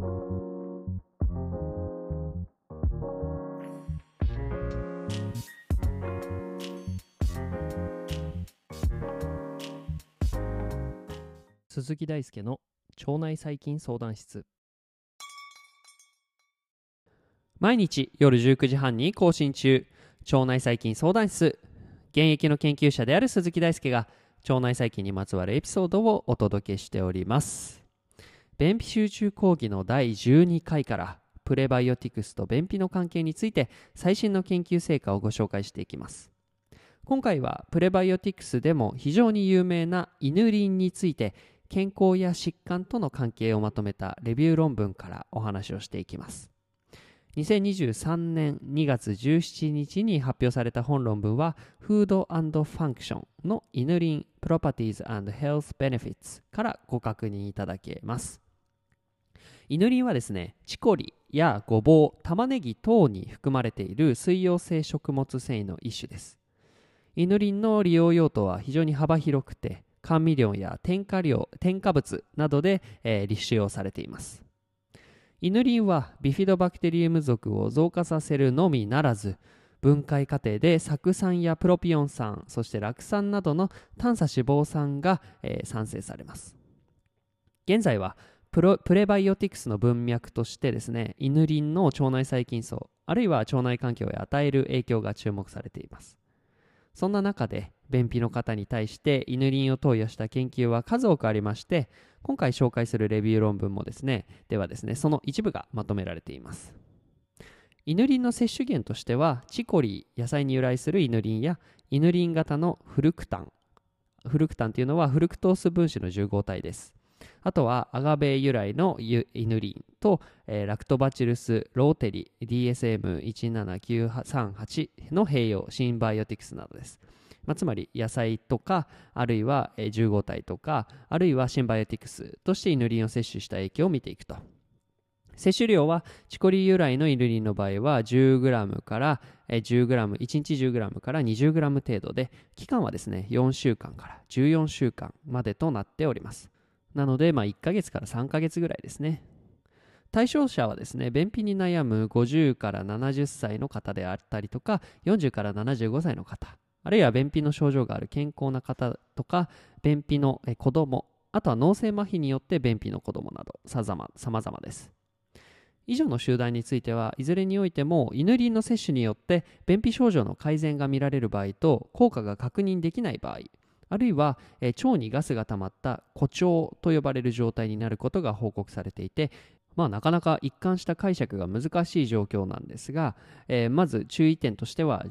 鈴木大輔の腸内細菌相談室。毎日夜19時半に更新中、腸内細菌相談室。現役の研究者である鈴木大輔が腸内細菌にまつわるエピソードをお届けしております。便秘集中講義の第12回からプレバイオティクスと便秘の関係について最新の研究成果をご紹介していきます。今回はプレバイオティクスでも非常に有名なイヌリンについて健康や疾患との関係をまとめたレビュー論文からお話をしていきます。2023年2月17日に発表された本論文は Food and Function のイヌリン Properties and Health Benefits からご確認いただけます。イヌリンはですね、チコリやごぼう、玉ねぎ等に含まれている水溶性食物繊維の一種です。イヌリンの利用用途は非常に幅広くて、甘味料や添加物などで、使用されています。イヌリンはビフィドバクテリウム属を増加させるのみならず、分解過程で酢酸やプロピオン酸、そして酪酸などの短鎖脂肪酸が、産生されます。現在はプレバイオティクスの文脈としてですね、イヌリンの腸内細菌層、あるいは腸内環境へ与える影響が注目されています。そんな中で便秘の方に対してイヌリンを投与した研究は数多くありまして、今回紹介するレビュー論文もですね、その一部がまとめられています。イヌリンの摂取源としては、チコリー、野菜に由来するイヌリンやイヌリン型のフルクタンというのはフルクトース分子の重合体です。あとはアガベ由来のイヌリンと、ラクトバチルスローテリ DSM17938 の併用シンバイオティクスなどです。つまり野菜とか、あるいは重合体とか、あるいはシンバイオティクスとしてイヌリンを摂取した影響を見ていくと。摂取量はチコリ由来のイヌリンの場合は 10g から10g、1日 10g から 20g 程度で、期間はですね4週間から14週間までとなっております。なので、1ヶ月から3ヶ月ぐらいですね。対象者はですね、便秘に悩む50から70歳の方であったりとか、40から75歳の方、あるいは便秘の症状がある健康な方とか、便秘の子供、あとは脳性麻痺によって便秘の子供など、様々です。以上の集団については、いずれにおいても、イヌリンの摂取によって便秘症状の改善が見られる場合と、効果が確認できない場合、あるいは、腸にガスが溜まった枯腸と呼ばれる状態になることが報告されていて、なかなか一貫した解釈が難しい状況なんですが、まず注意点としては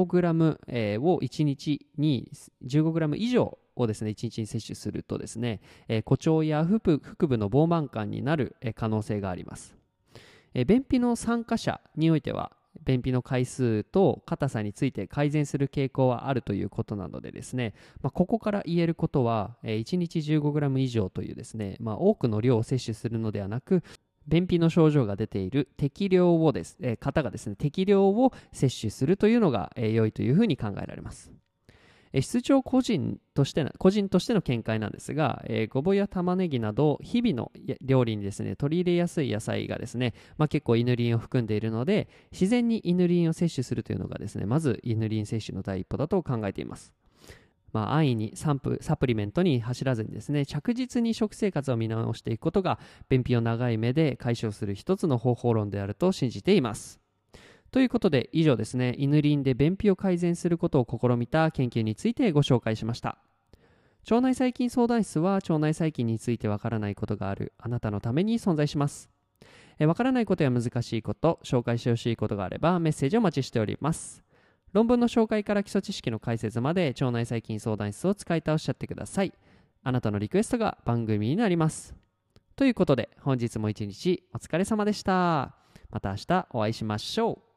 15g を1日に 15g 以上をですね1日に摂取するとですね、枯腸や腹部の膨満感になる可能性があります。便秘の参加者においては便秘の回数と硬さについて改善する傾向はあるということなのでですね、ここから言えることは、1日 15g 以上というですね、多くの量を摂取するのではなく、便秘の症状が出ている適量を方がですね、適量を摂取するというのが、良いというふうに考えられます。室長個人としての見解なんですが、ごぼうや玉ねぎなど日々の料理にですね取り入れやすい野菜がですね、結構イヌリンを含んでいるので、自然にイヌリンを摂取するというのがですね、まずイヌリン摂取の第一歩だと考えています。安易にサプリメントに走らずにですね、着実に食生活を見直していくことが便秘を長い目で解消する一つの方法論であると信じています。ということで、以上ですね、イヌリンで便秘を改善することを試みた研究についてご紹介しました。腸内細菌相談室は、腸内細菌についてわからないことがあるあなたのために存在します。わからないことや難しいこと、紹介してほしいことがあればメッセージをお待ちしております。論文の紹介から基礎知識の解説まで、腸内細菌相談室を使い倒しちゃってください。あなたのリクエストが番組になります。ということで、本日も一日お疲れ様でした。また明日お会いしましょう。